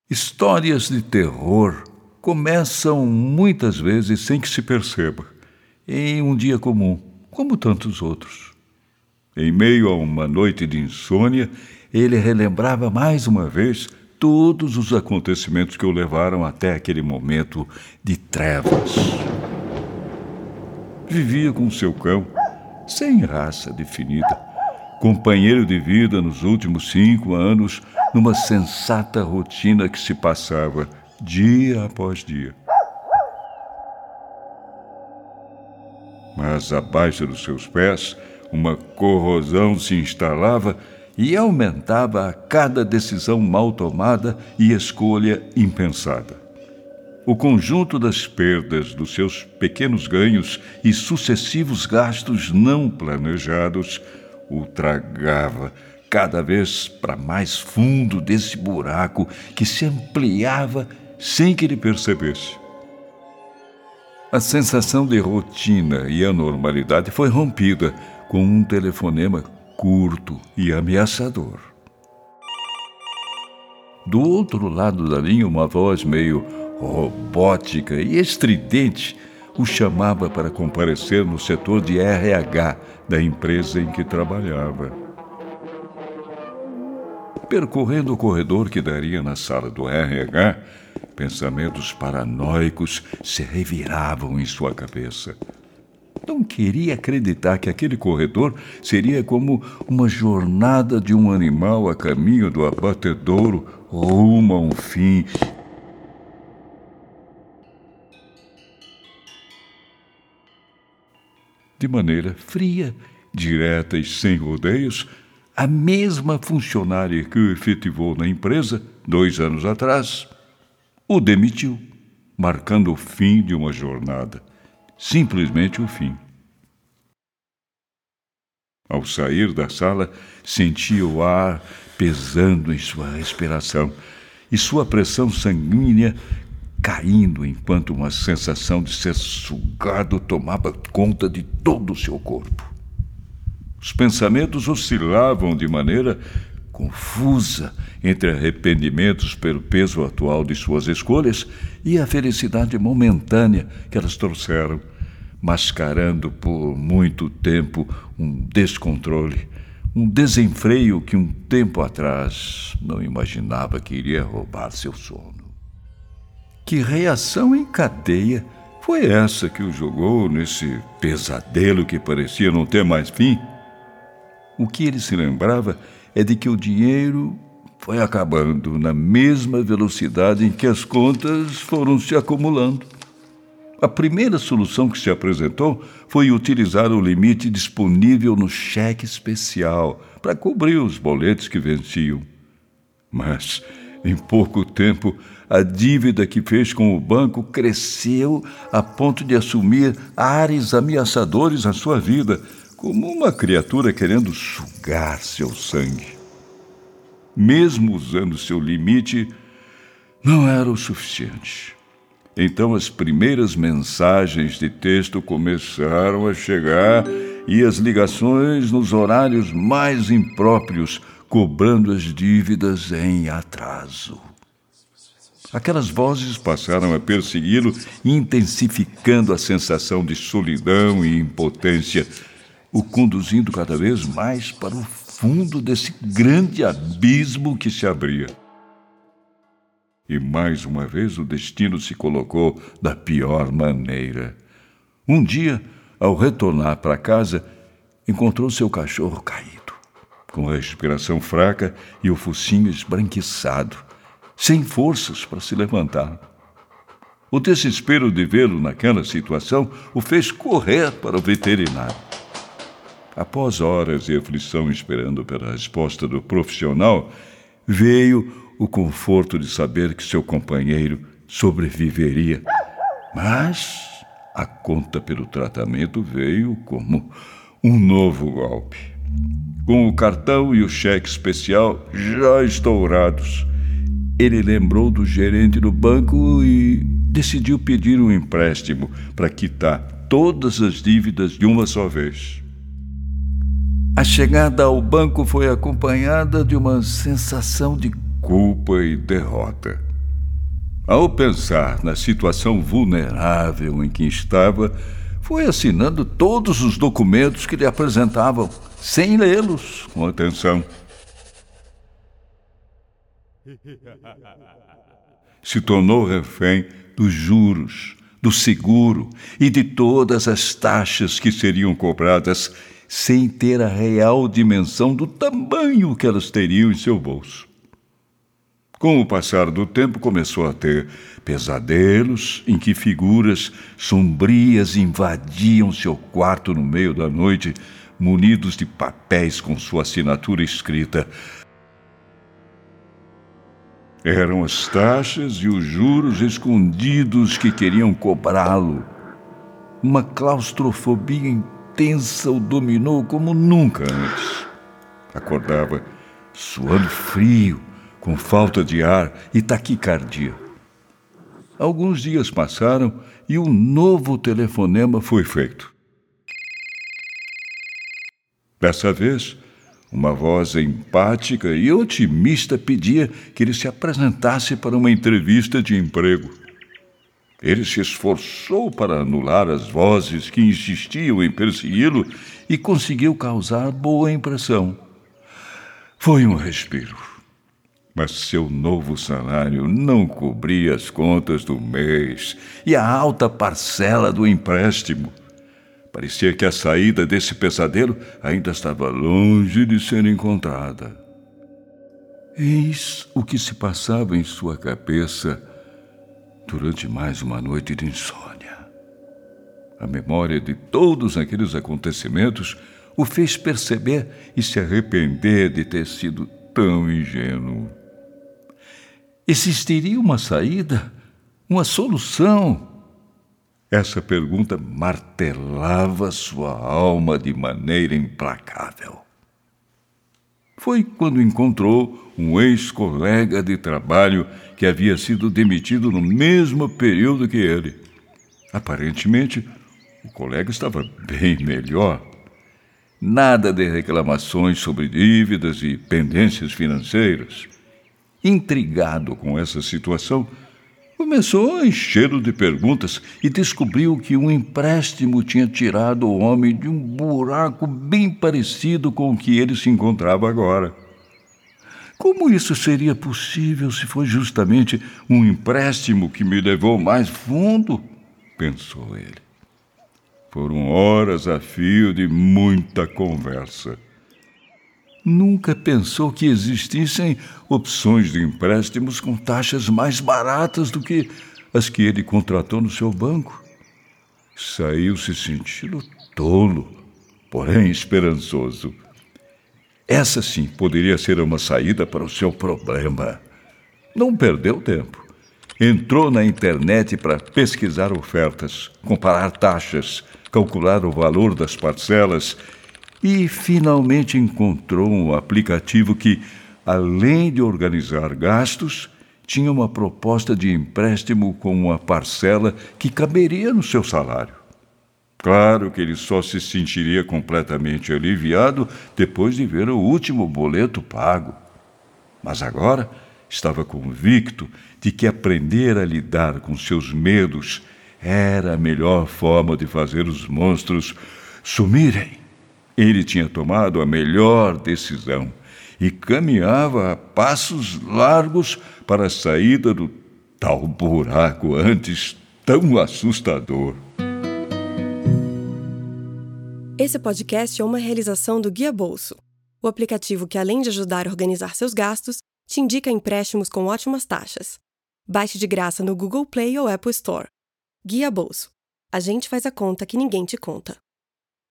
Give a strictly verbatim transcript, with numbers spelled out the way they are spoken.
Histórias de terror começam muitas vezes sem que se perceba, em um dia comum, como tantos outros. Em meio a uma noite de insônia, ele relembrava mais uma vez todos os acontecimentos que o levaram até aquele momento de trevas. Vivia com seu cão, sem raça definida, companheiro de vida nos últimos cinco anos, numa sensata rotina que se passava dia após dia. Mas abaixo dos seus pés, uma corrosão se instalava e aumentava a cada decisão mal tomada e escolha impensada. O conjunto das perdas dos seus pequenos ganhos e sucessivos gastos não planejados o tragava cada vez para mais fundo desse buraco que se ampliava sem que ele percebesse. A sensação de rotina e anormalidade foi rompida com um telefonema curto e ameaçador. Do outro lado da linha, uma voz meio robótica e estridente o chamava para comparecer no setor de R H da empresa em que trabalhava. Percorrendo o corredor que daria na sala do R H, pensamentos paranoicos se reviravam em sua cabeça. Não queria acreditar que aquele corredor seria como uma jornada de um animal a caminho do abatedouro rumo a um fim. De maneira fria, direta e sem rodeios, a mesma funcionária que o efetivou na empresa, dois anos atrás, o demitiu, marcando o fim de uma jornada. Simplesmente o fim. Ao sair da sala, sentia o ar pesando em sua respiração e sua pressão sanguínea caindo enquanto uma sensação de ser sugado tomava conta de todo o seu corpo. Os pensamentos oscilavam de maneira confusa entre arrependimentos pelo peso atual de suas escolhas e a felicidade momentânea que elas trouxeram, mascarando por muito tempo um descontrole, um desenfreio que um tempo atrás não imaginava que iria roubar seu sono. Que reação em cadeia foi essa que o jogou nesse pesadelo que parecia não ter mais fim? O que ele se lembrava é de que o dinheiro foi acabando na mesma velocidade em que as contas foram se acumulando. A primeira solução que se apresentou foi utilizar o limite disponível no cheque especial para cobrir os boletos que venciam. Mas, em pouco tempo, a dívida que fez com o banco cresceu a ponto de assumir ares ameaçadores à sua vida, como uma criatura querendo sugar seu sangue. Mesmo usando seu limite, não era o suficiente. Então as primeiras mensagens de texto começaram a chegar e as ligações nos horários mais impróprios, cobrando as dívidas em atraso. Aquelas vozes passaram a persegui-lo, intensificando a sensação de solidão e impotência, o conduzindo cada vez mais para o fundo desse grande abismo que se abria. E mais uma vez o destino se colocou da pior maneira. Um dia, ao retornar para casa, encontrou seu cachorro caído, com a respiração fraca e o focinho esbranquiçado, sem forças para se levantar. O desespero de vê-lo naquela situação o fez correr para o veterinário. Após horas de aflição esperando pela resposta do profissional, veio o conforto de saber que seu companheiro sobreviveria. Mas a conta pelo tratamento veio como um novo golpe. Com o cartão e o cheque especial já estourados, ele lembrou do gerente do banco e decidiu pedir um empréstimo para quitar todas as dívidas de uma só vez. A chegada ao banco foi acompanhada de uma sensação de culpa e derrota. Ao pensar na situação vulnerável em que estava, foi assinando todos os documentos que lhe apresentavam, sem lê-los com atenção. Se tornou refém dos juros, do seguro e de todas as taxas que seriam cobradas, sem ter a real dimensão do tamanho que elas teriam em seu bolso. Com o passar do tempo, começou a ter pesadelos em que figuras sombrias invadiam seu quarto no meio da noite, munidos de papéis com sua assinatura escrita. Eram as taxas e os juros escondidos que queriam cobrá-lo. Uma claustrofobia intensa o dominou como nunca antes. Acordava suando frio, com falta de ar e taquicardia. Alguns dias passaram e um novo telefonema foi feito. Dessa vez, uma voz empática e otimista pedia que ele se apresentasse para uma entrevista de emprego. Ele se esforçou para anular as vozes que insistiam em persegui-lo e conseguiu causar boa impressão. Foi um respiro. Mas seu novo salário não cobria as contas do mês e a alta parcela do empréstimo. Parecia que a saída desse pesadelo ainda estava longe de ser encontrada. Eis o que se passava em sua cabeça durante mais uma noite de insônia. A memória de todos aqueles acontecimentos o fez perceber e se arrepender de ter sido tão ingênuo. Existiria uma saída? Uma solução? Essa pergunta martelava sua alma de maneira implacável. Foi quando encontrou um ex-colega de trabalho que havia sido demitido no mesmo período que ele. Aparentemente, o colega estava bem melhor. Nada de reclamações sobre dívidas e pendências financeiras. Intrigado com essa situação, começou a enchê-lo de perguntas e descobriu que um empréstimo tinha tirado o homem de um buraco bem parecido com o que ele se encontrava agora. Como isso seria possível se foi justamente um empréstimo que me levou mais fundo? Pensou ele. Foram horas a fio de muita conversa. Nunca pensou que existissem opções de empréstimos com taxas mais baratas do que as que ele contratou no seu banco. Saiu se sentindo tolo, porém esperançoso. Essa sim poderia ser uma saída para o seu problema. Não perdeu tempo. Entrou na internet para pesquisar ofertas, comparar taxas, calcular o valor das parcelas e finalmente encontrou um aplicativo que, além de organizar gastos, tinha uma proposta de empréstimo com uma parcela que caberia no seu salário. Claro que ele só se sentiria completamente aliviado depois de ver o último boleto pago. Mas agora estava convicto de que aprender a lidar com seus medos era a melhor forma de fazer os monstros sumirem. Ele tinha tomado a melhor decisão e caminhava a passos largos para a saída do tal buraco antes tão assustador. Esse podcast é uma realização do Guia Bolso, o aplicativo que, além de ajudar a organizar seus gastos, te indica empréstimos com ótimas taxas. Baixe de graça no Google Play ou Apple Store. Guia Bolso. A gente faz a conta que ninguém te conta.